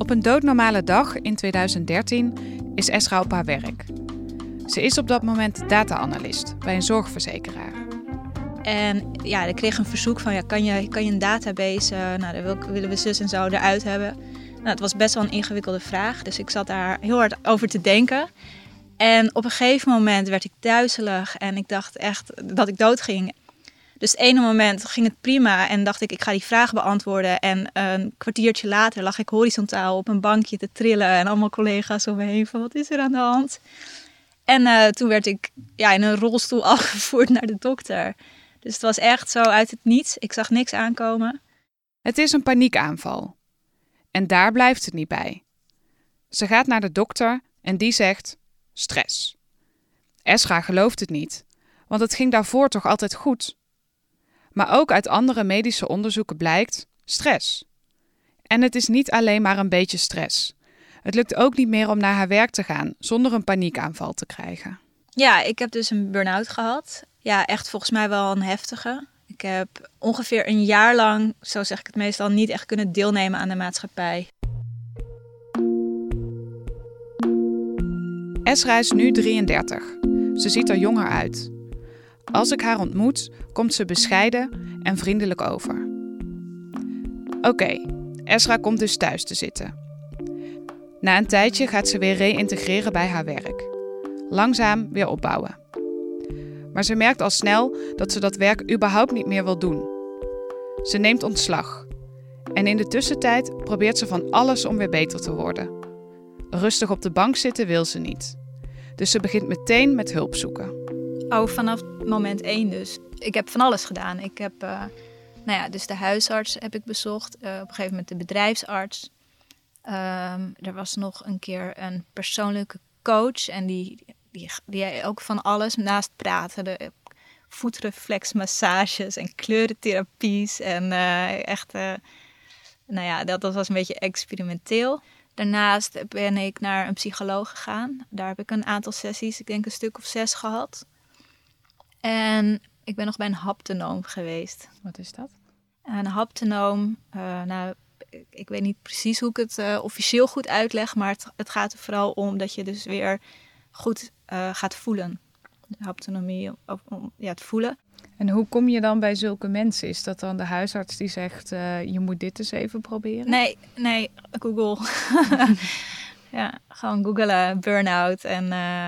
Op een doodnormale dag in 2013 is Esra op haar werk. Ze is op dat moment data-analyst bij een zorgverzekeraar. En ja, ik kreeg een verzoek van, kan je een database, daar willen we zus en zo eruit hebben. Nou, het was best wel een ingewikkelde vraag, dus ik zat daar heel hard over te denken. En op een gegeven moment werd ik duizelig en ik dacht echt dat ik doodging. Dus het ene moment ging het prima en dacht ik ga die vraag beantwoorden. En een kwartiertje later lag ik horizontaal op een bankje te trillen en allemaal collega's om me heen van, wat is er aan de hand? En toen werd ik in een rolstoel afgevoerd naar de dokter. Dus het was echt zo uit het niets. Ik zag niks aankomen. Het is een paniekaanval. En daar blijft het niet bij. Ze gaat naar de dokter en die zegt stress. Esra gelooft het niet, want het ging daarvoor toch altijd goed. Maar ook uit andere medische onderzoeken blijkt stress. En het is niet alleen maar een beetje stress. Het lukt ook niet meer om naar haar werk te gaan zonder een paniekaanval te krijgen. Ja, ik heb dus een burn-out gehad. Ja, echt volgens mij wel een heftige. Ik heb ongeveer een jaar lang, zo zeg ik het meestal, niet echt kunnen deelnemen aan de maatschappij. Esra is nu 33. Ze ziet er jonger uit. Als ik haar ontmoet, komt ze bescheiden en vriendelijk over. Oké, Esra komt dus thuis te zitten. Na een tijdje gaat ze weer reïntegreren bij haar werk. Langzaam weer opbouwen. Maar ze merkt al snel dat ze dat werk überhaupt niet meer wil doen. Ze neemt ontslag. En in de tussentijd probeert ze van alles om weer beter te worden. Rustig op de bank zitten wil ze niet. Dus ze begint meteen met hulp zoeken. Vanaf moment 1 dus. Ik heb van alles gedaan. Ik heb dus de huisarts heb ik bezocht. Op een gegeven moment de bedrijfsarts. Er was nog een keer een persoonlijke coach. En die ook van alles naast praten. De voetreflexmassages en kleurentherapies. En dat was een beetje experimenteel. Daarnaast ben ik naar een psycholoog gegaan. Daar heb ik een aantal sessies, ik denk een stuk of 6 gehad. En ik ben nog bij een haptonoom geweest. Wat is dat? Een haptonoom, ik weet niet precies hoe ik het officieel goed uitleg, maar het gaat er vooral om dat je dus weer goed gaat voelen. De haptonomie, het voelen. En hoe kom je dan bij zulke mensen? Is dat dan de huisarts die zegt, je moet dit eens even proberen? Nee, Google. Ja, gewoon googlen, burn-out en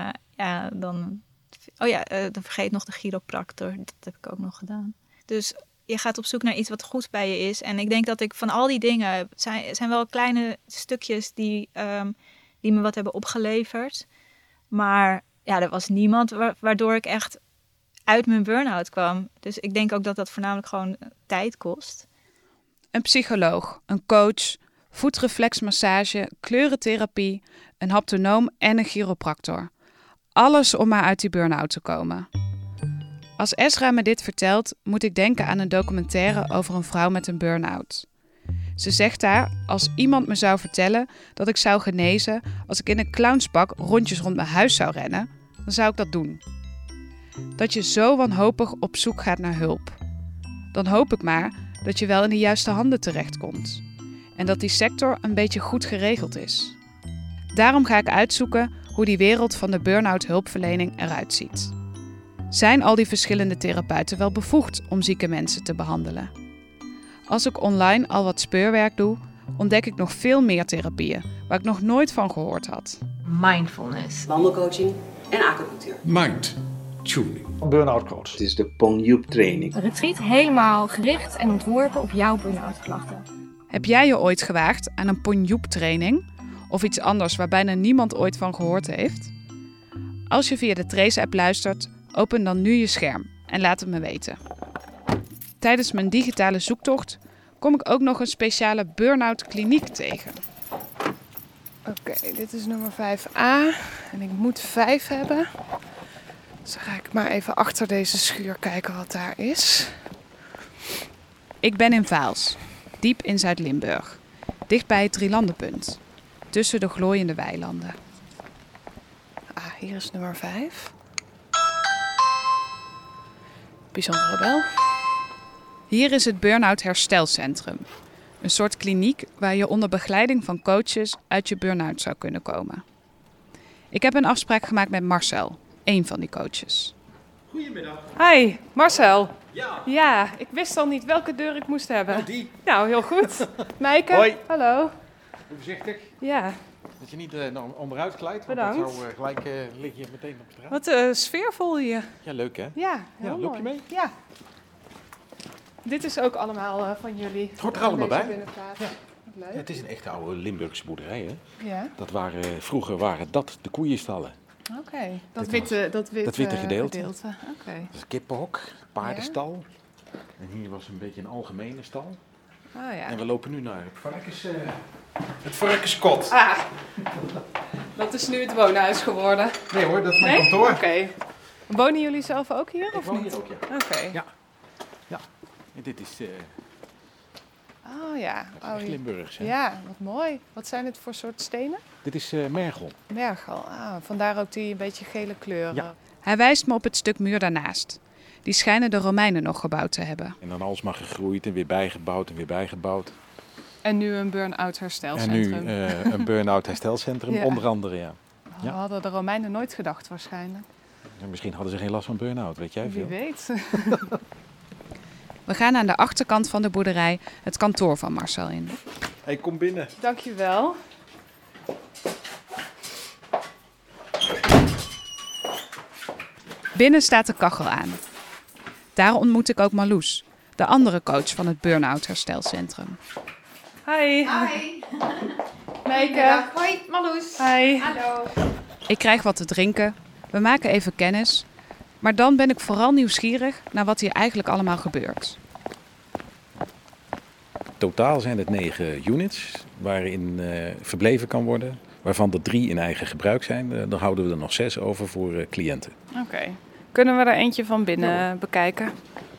dan vergeet nog de chiropractor. Dat heb ik ook nog gedaan. Dus je gaat op zoek naar iets wat goed bij je is. En ik denk dat ik van al die dingen, zijn wel kleine stukjes die me wat hebben opgeleverd. Maar ja, er was niemand waardoor ik echt uit mijn burn-out kwam. Dus ik denk ook dat dat voornamelijk gewoon tijd kost. Een psycholoog, een coach, voetreflexmassage, kleurentherapie, een haptonoom en een chiropractor. Alles om maar uit die burn-out te komen. Als Esra me dit vertelt, moet ik denken aan een documentaire over een vrouw met een burn-out. Ze zegt daar, als iemand me zou vertellen dat ik zou genezen als ik in een clownspak rondjes rond mijn huis zou rennen, dan zou ik dat doen. Dat je zo wanhopig op zoek gaat naar hulp. Dan hoop ik maar dat je wel in de juiste handen terechtkomt. En dat die sector een beetje goed geregeld is. Daarom ga ik uitzoeken hoe die wereld van de burn-out hulpverlening eruit ziet. Zijn al die verschillende therapeuten wel bevoegd om zieke mensen te behandelen? Als ik online al wat speurwerk doe, ontdek ik nog veel meer therapieën waar ik nog nooit van gehoord had. Mindfulness, wandelcoaching en acupunctuur. Mind-tuning. Burn-out coach. Het is de Pong-Joep training. Een retreat helemaal gericht en ontworpen op jouw burn-out klachten. Heb jij je ooit gewaagd aan een Pong-Joep training? Of iets anders waar bijna niemand ooit van gehoord heeft? Als je via de Trace-app luistert, open dan nu je scherm en laat het me weten. Tijdens mijn digitale zoektocht kom ik ook nog een speciale burn-out kliniek tegen. Oké, dit is nummer 5A en ik moet 5 hebben. Dus dan ga ik maar even achter deze schuur kijken wat daar is. Ik ben in Vaals, diep in Zuid-Limburg, dicht bij het Drielandenpunt, tussen de glooiende weilanden. Hier is nummer 5. Bijzondere bel. Hier is het Burn-out Herstelcentrum. Een soort kliniek waar je onder begeleiding van coaches uit je burn-out zou kunnen komen. Ik heb een afspraak gemaakt met Marcel, één van die coaches. Goedemiddag. Hi, Marcel. Ja. Ja, ik wist al niet welke deur ik moest hebben. Oh, die. Nou, heel goed. Meike, Hoi. hallo. Voorzichtig, Ja, dat je niet onderuit glijdt. Bedankt. Want zo gelijk lig je meteen op straat. wat sfeervol hier. Ja, leuk hè? Ja, heel Ja, loop je mooi. mee? Ja. Dit is ook allemaal van jullie. Het hoort er allemaal Deze bij. binnenplaats. Ja. Wat leuk. Het is een echte oude Limburgse boerderij hè. Ja, Vroeger waren dat de koeienstallen. oké. Dat Dit witte, dat witte gedeelte. Oké. Dat is een kippenhok, paardenstal. En hier was een beetje een algemene stal. Oh ja. En we lopen nu naar het varkenskot. Ah, dat is nu het woonhuis geworden. Nee hoor, dat is mijn Nee? kantoor. Oké. Wonen jullie zelf ook hier Ik of woon niet? hier ook, ja. Oké. Ja. En dit is Oh ja. Oh, echt Limburgs. Hè? ja, wat mooi. Wat zijn het voor soort stenen? Dit is mergel. Mergel. Ah, vandaar ook die een beetje gele kleuren. Ja. Hij wijst me op het stuk muur daarnaast. Die schijnen de Romeinen nog gebouwd te hebben. En dan alsmaar gegroeid en weer bijgebouwd en weer bijgebouwd. En nu een burn-out En herstelcentrum. nu een burn-out herstelcentrum, Ja. onder andere, ja. Ja. Hadden de Romeinen nooit gedacht waarschijnlijk. En misschien hadden ze geen last van burn-out, weet jij Wie veel? weet. We gaan aan de achterkant van de boerderij het kantoor van Marcel in. Hey, kom binnen. Dankjewel. Binnen staat de kachel aan. Daar ontmoet ik ook Marloes, de andere coach van het Burn-out Herstelcentrum. Hi. Hi. Meike. Hoi, Marloes. Hi. Hallo. Ik krijg wat te drinken. We maken even kennis. Maar dan ben ik vooral nieuwsgierig naar wat hier eigenlijk allemaal gebeurt. Totaal zijn het 9 units waarin verbleven kan worden. Waarvan er 3 in eigen gebruik zijn. Dan houden we er nog 6 over voor cliënten. Oké. Kunnen we er eentje van binnen bekijken?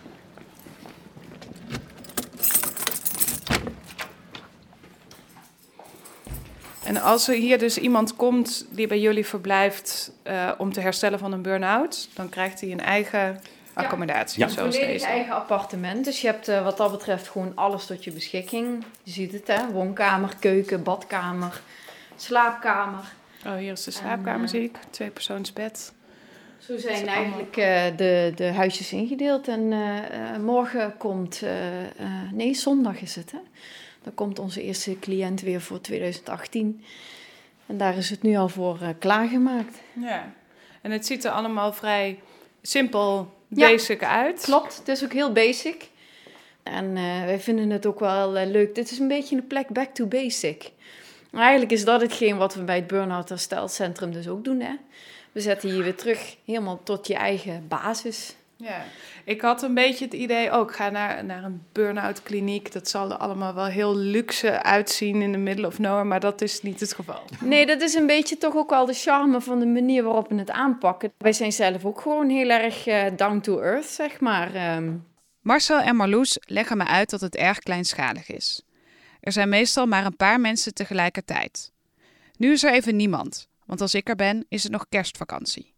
En als er hier dus iemand komt die bij jullie verblijft om te herstellen van een burn-out, dan krijgt hij een eigen accommodatie, Ja. zoals Volledig deze. eigen appartement. Dus je hebt wat dat betreft gewoon alles tot je beschikking. Je ziet het, hè? Woonkamer, keuken, badkamer, slaapkamer. Oh, hier is de slaapkamer, zie ik. 2-persoonsbed. Zo zijn is eigenlijk de huisjes ingedeeld. En morgen komt... nee, zondag is het, hè? Dan komt onze eerste cliënt weer voor 2018. En daar is het nu al voor klaargemaakt. Ja. En het ziet er allemaal vrij simpel, Ja. basic uit. Klopt, het is ook heel basic. En wij vinden het ook wel leuk. Dit is een beetje een plek back to basic. Maar eigenlijk is dat hetgeen wat we bij het Burn-out Herstelcentrum dus ook doen. Hè? We zetten je weer terug helemaal tot je eigen basis. Ja, ik had een beetje het idee ook, ga naar een burn-out kliniek. Dat zal er allemaal wel heel luxe uitzien in de middle of nowhere, maar dat is niet het geval. Nee, dat is een beetje toch ook wel de charme van de manier waarop we het aanpakken. Wij zijn zelf ook gewoon heel erg down to earth, zeg maar. Marcel en Marloes leggen me uit dat het erg kleinschalig is. Er zijn meestal maar een paar mensen tegelijkertijd. Nu is er even niemand, want als ik er ben, is het nog kerstvakantie.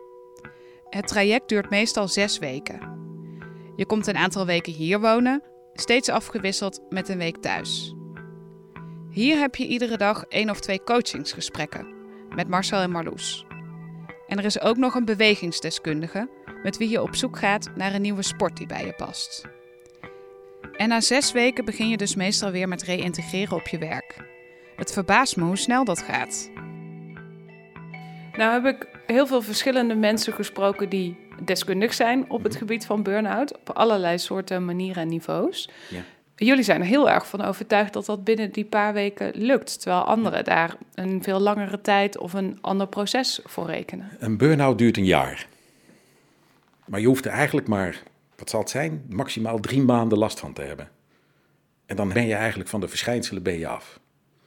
Het traject duurt meestal 6 weken. Je komt een aantal weken hier wonen, steeds afgewisseld met een week thuis. Hier heb je iedere dag 1 of 2 coachingsgesprekken met Marcel en Marloes. En er is ook nog een bewegingsdeskundige met wie je op zoek gaat naar een nieuwe sport die bij je past. En na 6 weken begin je dus meestal weer met reïntegreren op je werk. Het verbaast me hoe snel dat gaat. Nou heb ik heel veel verschillende mensen gesproken die deskundig zijn op het gebied van burn-out. Op allerlei soorten manieren en niveaus. Ja. Jullie zijn er heel erg van overtuigd dat dat binnen die paar weken lukt. Terwijl anderen daar een veel langere tijd of een ander proces voor rekenen. Een burn-out duurt een jaar. Maar je hoeft er eigenlijk maar, wat zal het zijn, maximaal 3 maanden last van te hebben. En dan ben je eigenlijk van de verschijnselen af.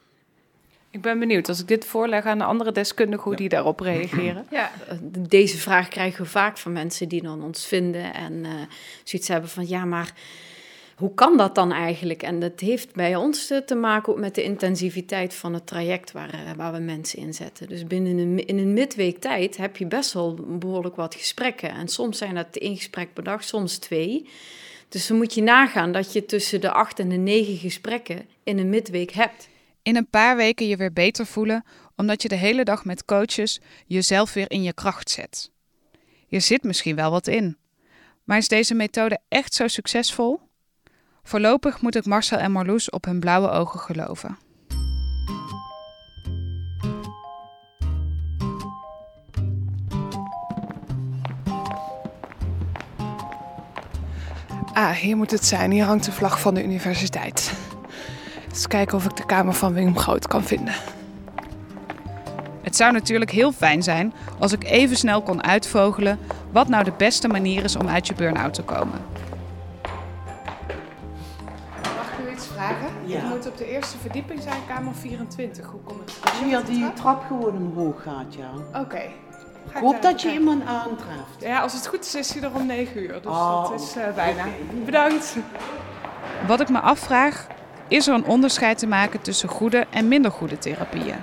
Ik ben benieuwd als ik dit voorleg aan de andere deskundigen hoe die daarop reageren. Ja, deze vraag krijgen we vaak van mensen die dan ons vinden en zoiets hebben van ja, maar hoe kan dat dan eigenlijk? En dat heeft bij ons te maken ook met de intensiviteit van het traject waar we mensen inzetten. Dus in een midweek tijd heb je best wel behoorlijk wat gesprekken. En soms zijn dat 1 gesprek per dag, soms 2. Dus dan moet je nagaan dat je tussen de 8 en de 9 gesprekken in een midweek hebt. In een paar weken je weer beter voelen, omdat je de hele dag met coaches jezelf weer in je kracht zet. Je zit misschien wel wat in. Maar is deze methode echt zo succesvol? Voorlopig moet ik Marcel en Marloes op hun blauwe ogen geloven. Hier moet het zijn. Hier hangt de vlag van de universiteit. Eens kijken of ik de kamer van Wim Groot kan vinden. Het zou natuurlijk heel fijn zijn als ik even snel kon uitvogelen wat nou de beste manier is om uit je burn-out te komen. Mag ik u iets vragen? Ja. Het moet op de eerste verdieping zijn, kamer 24. Hoe kom ik Als je die trap gewoon omhoog gaat, ja. Oké. Ik hoop dat je iemand aantreft. Ja, als het goed is hij er om 9 uur. Dus dat is bijna. Okay. Bedankt. Wat ik me afvraag, is er een onderscheid te maken tussen goede en minder goede therapieën?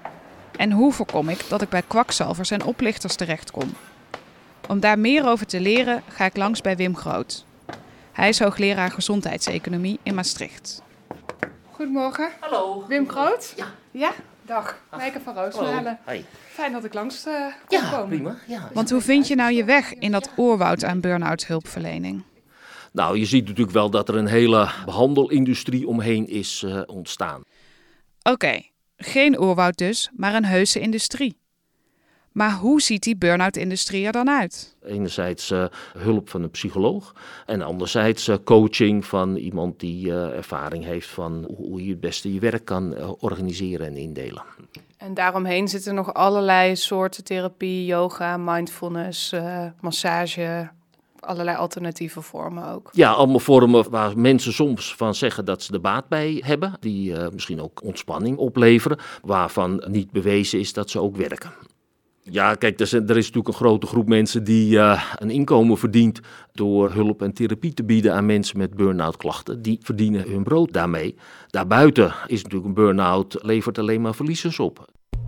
En hoe voorkom ik dat ik bij kwakzalvers en oplichters terechtkom? Om daar meer over te leren ga ik langs bij Wim Groot. Hij is hoogleraar gezondheidseconomie in Maastricht. Goedemorgen. Hallo. Wim Groot? Ja. Ja? Dag. Meike van Roosmalen. Hoi. Fijn dat ik langs kon komen. Prima. Ja, Want hoe vind je nou je weg in dat oerwoud aan burn-out hulpverlening? Nou, je ziet natuurlijk wel dat er een hele behandelindustrie omheen is ontstaan. Oké, geen oerwoud dus, maar een heuse industrie. Maar hoe ziet die burn-out-industrie er dan uit? Enerzijds hulp van een psycholoog en anderzijds coaching van iemand die ervaring heeft van hoe je het beste je werk kan organiseren en indelen. En daaromheen zitten nog allerlei soorten therapie, yoga, mindfulness, massage, allerlei alternatieve vormen ook. Ja, allemaal vormen waar mensen soms van zeggen dat ze er baat bij hebben, die misschien ook ontspanning opleveren, waarvan niet bewezen is dat ze ook werken. Ja, kijk, er is natuurlijk een grote groep mensen die een inkomen verdient door hulp en therapie te bieden aan mensen met burn-out klachten. Die verdienen hun brood daarmee. Daarbuiten is natuurlijk een burn-out, levert alleen maar verliezers op.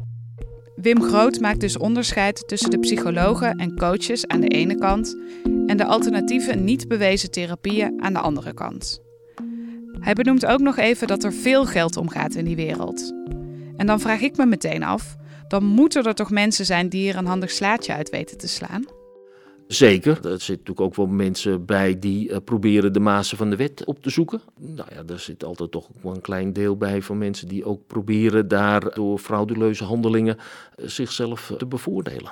Wim Groot maakt dus onderscheid tussen de psychologen en coaches aan de ene kant en de alternatieve niet bewezen therapieën aan de andere kant. Hij benoemt ook nog even dat er veel geld omgaat in die wereld. En dan vraag ik me meteen af, dan moeten er toch mensen zijn die hier een handig slaatje uit weten te slaan? Zeker, er zitten natuurlijk ook wel mensen bij die proberen de mazen van de wet op te zoeken. Nou ja, er zit altijd toch ook wel een klein deel bij van mensen die ook proberen daar door frauduleuze handelingen zichzelf te bevoordelen.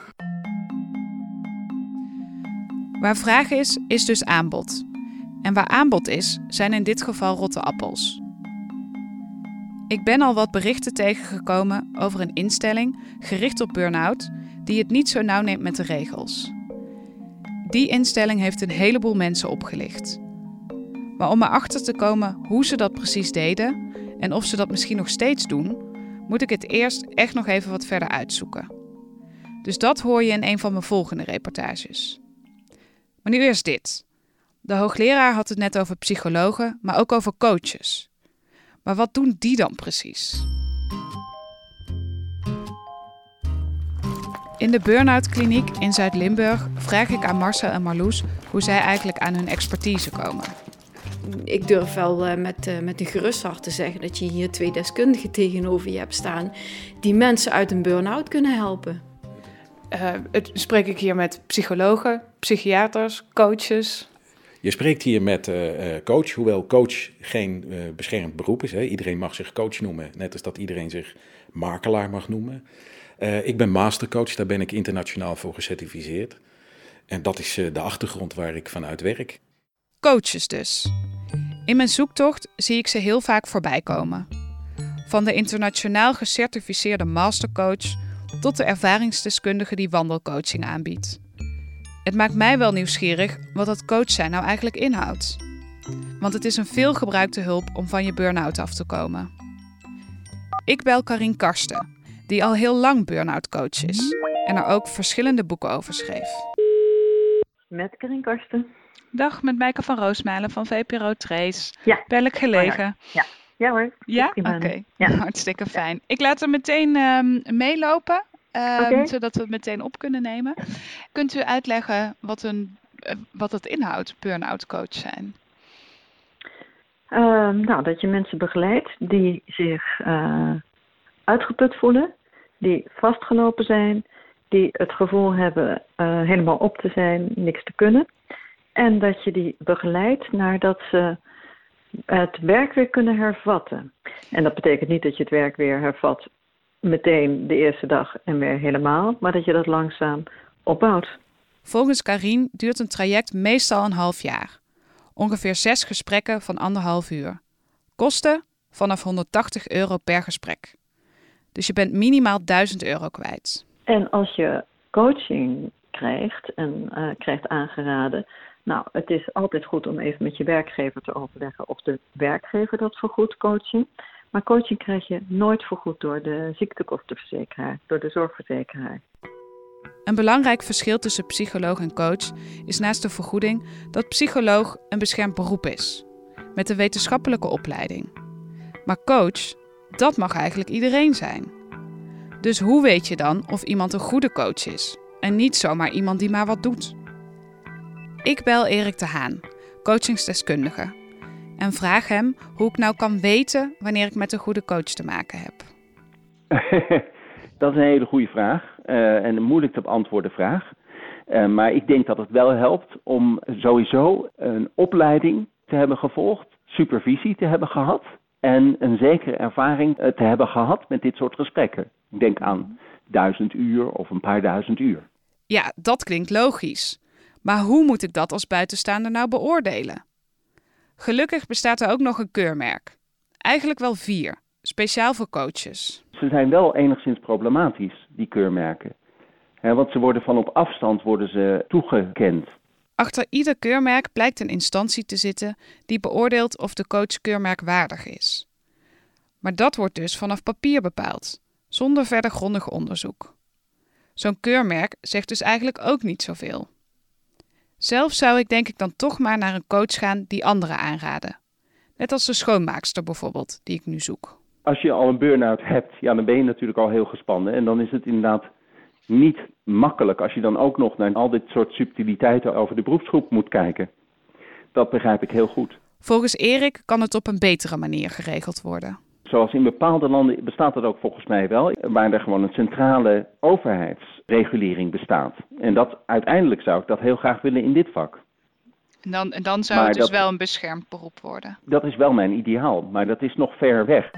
Waar vraag is dus aanbod. En waar aanbod is, zijn in dit geval rotte appels. Ik ben al wat berichten tegengekomen over een instelling gericht op burn-out die het niet zo nauw neemt met de regels. Die instelling heeft een heleboel mensen opgelicht. Maar om erachter te komen hoe ze dat precies deden en of ze dat misschien nog steeds doen, moet ik het eerst echt nog even wat verder uitzoeken. Dus dat hoor je in een van mijn volgende reportages. Maar nu eerst dit. De hoogleraar had het net over psychologen, maar ook over coaches. Maar wat doen die dan precies? In de burn-out kliniek in Zuid-Limburg vraag ik aan Marcel en Marloes hoe zij eigenlijk aan hun expertise komen. Ik durf wel met een gerust hart te zeggen dat je hier 2 deskundigen tegenover je hebt staan die mensen uit een burn-out kunnen helpen. Spreek ik hier met psychologen, psychiaters, coaches? Je spreekt hier met coach, hoewel coach geen beschermd beroep is. Hè. Iedereen mag zich coach noemen, net als dat iedereen zich makelaar mag noemen. Ik ben mastercoach, daar ben ik internationaal voor gecertificeerd. En dat is de achtergrond waar ik vanuit werk. Coaches dus. In mijn zoektocht zie ik ze heel vaak voorbij komen. Van de internationaal gecertificeerde mastercoach tot de ervaringsdeskundige die wandelcoaching aanbiedt. Het maakt mij wel nieuwsgierig wat dat coach zijn nou eigenlijk inhoudt. Want het is een veelgebruikte hulp om van je burn-out af te komen. Ik bel Karin Karsten, die al heel lang burn-out coach is en er ook verschillende boeken over schreef. Met Karin Karsten. Dag, met Meike van Roosmalen van VPRO Trace. Ja. Bel ik gelegen? Ja hoor. Ja? Oké. Ja. Hartstikke fijn. Ik laat er meteen meelopen, zodat we het meteen op kunnen nemen. Kunt u uitleggen wat het inhoudt, burn-out coach zijn? Dat je mensen begeleidt die zich uitgeput voelen, die vastgelopen zijn, die het gevoel hebben helemaal op te zijn, niks te kunnen. En dat je die begeleidt nadat ze het werk weer kunnen hervatten. En dat betekent niet dat je het werk weer hervat meteen de eerste dag en weer helemaal, maar dat je dat langzaam opbouwt. Volgens Karien duurt een traject meestal een half jaar. Ongeveer 6 gesprekken van 1,5 uur. Kosten vanaf €180 per gesprek. Dus je bent minimaal €1000 kwijt. En als je coaching krijgt en krijgt aangeraden, het is altijd goed om even met je werkgever te overleggen of de werkgever dat vergoedt, coaching. Maar coaching krijg je nooit vergoed door de ziektekostenverzekeraar, door de zorgverzekeraar. Een belangrijk verschil tussen psycholoog en coach is naast de vergoeding dat psycholoog een beschermd beroep is, met een wetenschappelijke opleiding. Maar coach, dat mag eigenlijk iedereen zijn. Dus hoe weet je dan of iemand een goede coach is en niet zomaar iemand die maar wat doet? Ik bel Erik de Haan, coachingsdeskundige, en vraag hem hoe ik nou kan weten wanneer ik met een goede coach te maken heb. Dat is een hele goede vraag en een moeilijk te beantwoorden vraag. Maar ik denk dat het wel helpt om sowieso een opleiding te hebben gevolgd, supervisie te hebben gehad en een zekere ervaring te hebben gehad met dit soort gesprekken. Ik denk aan 1000 uur of een paar duizend uur. Ja, dat klinkt logisch. Maar hoe moet ik dat als buitenstaander nou beoordelen? Gelukkig bestaat er ook nog een keurmerk. Eigenlijk wel 4, speciaal voor coaches. Ze zijn wel enigszins problematisch, die keurmerken. Want ze worden van op afstand toegekend. Achter ieder keurmerk blijkt een instantie te zitten die beoordeelt of de coach keurmerkwaardig is. Maar dat wordt dus vanaf papier bepaald, zonder verder grondig onderzoek. Zo'n keurmerk zegt dus eigenlijk ook niet zoveel. Zelf zou ik denk ik dan toch maar naar een coach gaan die anderen aanraden. Net als de schoonmaakster bijvoorbeeld, die ik nu zoek. Als je al een burn-out hebt, dan ben je natuurlijk al heel gespannen. En dan is het inderdaad niet makkelijk als je dan ook nog naar al dit soort subtiliteiten over de beroepsgroep moet kijken. Dat begrijp ik heel goed. Volgens Erik kan het op een betere manier geregeld worden. Zoals in bepaalde landen bestaat dat ook volgens mij wel, waar er gewoon een centrale overheidsregulering bestaat. En dat uiteindelijk zou ik dat heel graag willen in dit vak. En dan zou het dus wel een beschermd beroep worden. Dat is wel mijn ideaal, maar dat is nog ver weg.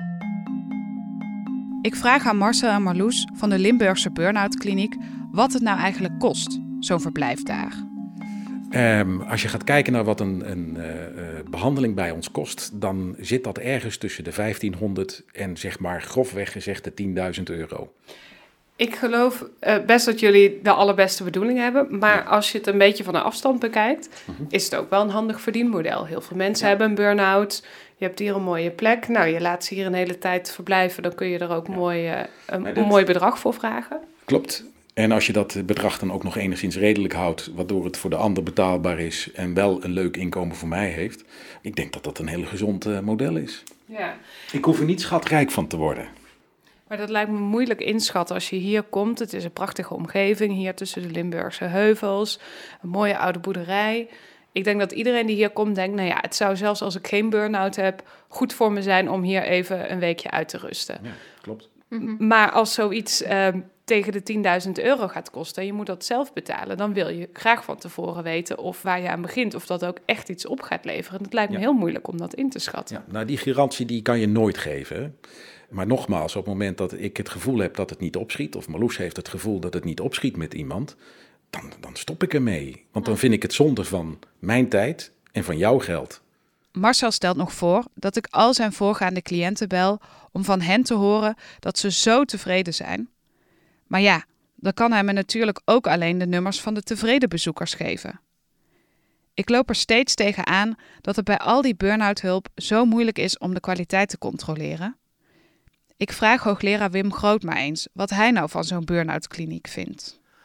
Ik vraag aan Marcel en Marloes van de Limburgse Burn-out Kliniek wat het nou eigenlijk kost, zo'n verblijf daar. Als je gaat kijken naar wat een behandeling bij ons kost, dan zit dat ergens tussen de 1500 en zeg maar grofweg gezegd de €10.000. Ik geloof best dat jullie de allerbeste bedoelingen hebben. Maar als je het een beetje van de afstand bekijkt, is het ook wel een handig verdienmodel. Heel veel mensen hebben een burn-out. Je hebt hier een mooie plek. Nou, je laat ze hier een hele tijd verblijven. Dan kun je er ook een mooi bedrag voor vragen. Klopt. En als je dat bedrag dan ook nog enigszins redelijk houdt, waardoor het voor de ander betaalbaar is en wel een leuk inkomen voor mij heeft. Ik denk dat dat een heel gezond model is. Ja. Ik hoef er niet schatrijk van te worden. Maar dat lijkt me moeilijk inschatten als je hier komt. Het is een prachtige omgeving hier tussen de Limburgse heuvels. Een mooie oude boerderij. Ik denk dat iedereen die hier komt denkt, het zou zelfs als ik geen burn-out heb goed voor me zijn om hier even een weekje uit te rusten. Ja, klopt. Maar als zoiets tegen de €10.000 gaat kosten en je moet dat zelf betalen, dan wil je graag van tevoren weten of waar je aan begint, of dat ook echt iets op gaat leveren. Het lijkt me heel moeilijk om dat in te schatten. Ja, die garantie die kan je nooit geven. Hè? Maar nogmaals, op het moment dat ik het gevoel heb dat het niet opschiet, of Marloes heeft het gevoel dat het niet opschiet met iemand, dan stop ik ermee. Want dan vind ik het zonde van mijn tijd en van jouw geld. Marcel stelt nog voor dat ik al zijn voorgaande cliënten bel om van hen te horen dat ze zo tevreden zijn. Maar ja, dan kan hij me natuurlijk ook alleen de nummers van de tevreden bezoekers geven. Ik loop er steeds tegenaan dat het bij al die burn-out hulp zo moeilijk is om de kwaliteit te controleren. Ik vraag hoogleraar Wim Groot maar eens wat hij nou van zo'n burn-out kliniek vindt.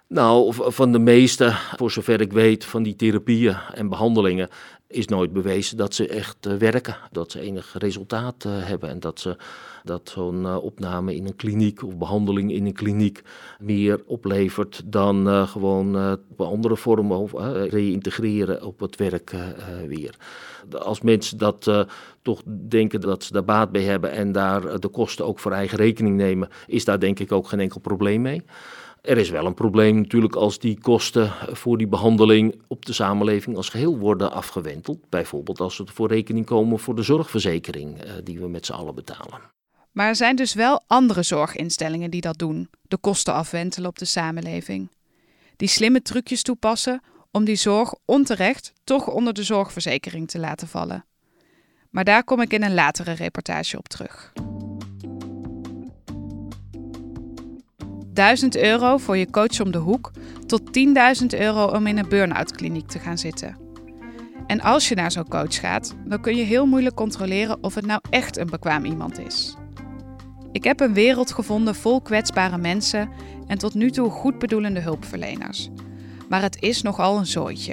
Nou, van de meeste, voor zover ik weet, van die therapieën en behandelingen is nooit bewezen dat ze echt werken. Dat ze enig resultaat hebben en dat zo'n opname in een kliniek of behandeling in een kliniek meer oplevert dan gewoon op andere vormen of reïntegreren op het werk weer. Als mensen dat toch denken dat ze daar baat bij hebben en daar de kosten ook voor eigen rekening nemen, is daar denk ik ook geen enkel probleem mee. Er is wel een probleem natuurlijk als die kosten voor die behandeling op de samenleving als geheel worden afgewenteld. Bijvoorbeeld als we voor rekening komen voor de zorgverzekering die we met z'n allen betalen. Maar er zijn dus wel andere zorginstellingen die dat doen, de kosten afwentelen op de samenleving. Die slimme trucjes toepassen om die zorg onterecht toch onder de zorgverzekering te laten vallen. Maar daar kom ik in een latere reportage op terug. €1.000 voor je coach om de hoek tot €10.000 om in een burn-out kliniek te gaan zitten. En als je naar zo'n coach gaat, dan kun je heel moeilijk controleren of het nou echt een bekwaam iemand is. Ik heb een wereld gevonden vol kwetsbare mensen en tot nu toe goed bedoelende hulpverleners. Maar het is nogal een zooitje.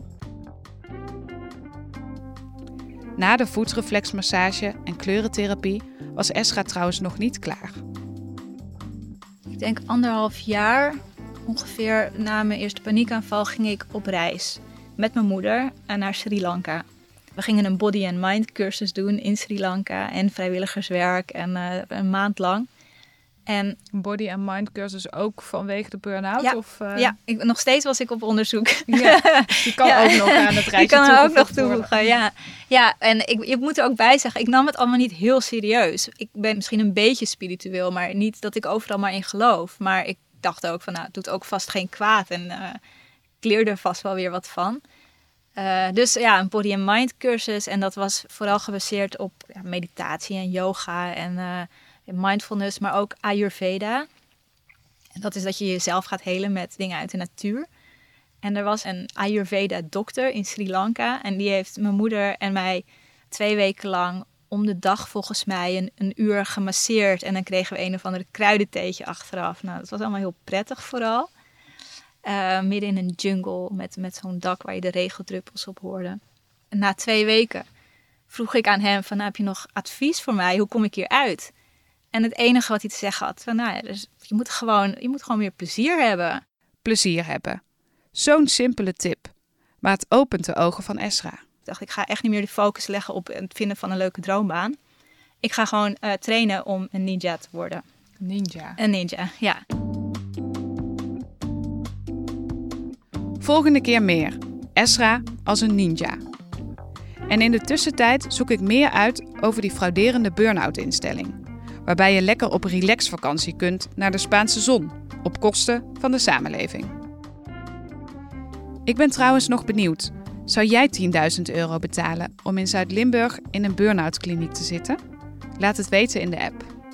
Na de voetreflexmassage en kleurentherapie was Esra trouwens nog niet klaar. Ik denk 1,5 jaar, ongeveer na mijn eerste paniekaanval, ging ik op reis met mijn moeder naar Sri Lanka. We gingen een body and mind cursus doen in Sri Lanka en vrijwilligerswerk en een maand lang. En body and mind cursus ook vanwege de burn-out? Ja, of, nog steeds was ik op onderzoek. Ja, die kan ook nog aan het rijtje kan er ook nog toevoegen, toevoegen. Ja, en ik moet er ook bij zeggen, ik nam het allemaal niet heel serieus. Ik ben misschien een beetje spiritueel, maar niet dat ik overal maar in geloof. Maar ik dacht ook van, nou, het doet ook vast geen kwaad en ik leer er vast wel weer wat van. Dus ja, een body and mind cursus en dat was vooral gebaseerd op meditatie en yoga en mindfulness, maar ook Ayurveda. En dat is dat je jezelf gaat helen met dingen uit de natuur. En er was een Ayurveda-dokter in Sri Lanka. En die heeft mijn moeder en mij 2 weken lang om de dag volgens mij een uur gemasseerd. En dan kregen we een of andere kruidentheetje achteraf. Nou, dat was allemaal heel prettig vooral. Midden in een jungle met zo'n dak waar je de regendruppels op hoorde. En na 2 weken vroeg ik aan hem van, nou, heb je nog advies voor mij? Hoe kom ik hier uit? En het enige wat hij te zeggen had, van, nou ja, dus je moet gewoon meer plezier hebben. Plezier hebben. Zo'n simpele tip. Maar het opent de ogen van Esra. Ik dacht, ik ga echt niet meer de focus leggen op het vinden van een leuke droombaan. Ik ga gewoon trainen om een ninja te worden. Een ninja, ja. Volgende keer meer. Esra als een ninja. En in de tussentijd zoek ik meer uit over die frauderende burn-out instelling. Waarbij je lekker op relaxvakantie kunt naar de Spaanse zon, op kosten van de samenleving. Ik ben trouwens nog benieuwd. Zou jij €10.000 betalen om in Zuid-Limburg in een burn-out kliniek te zitten? Laat het weten in de app.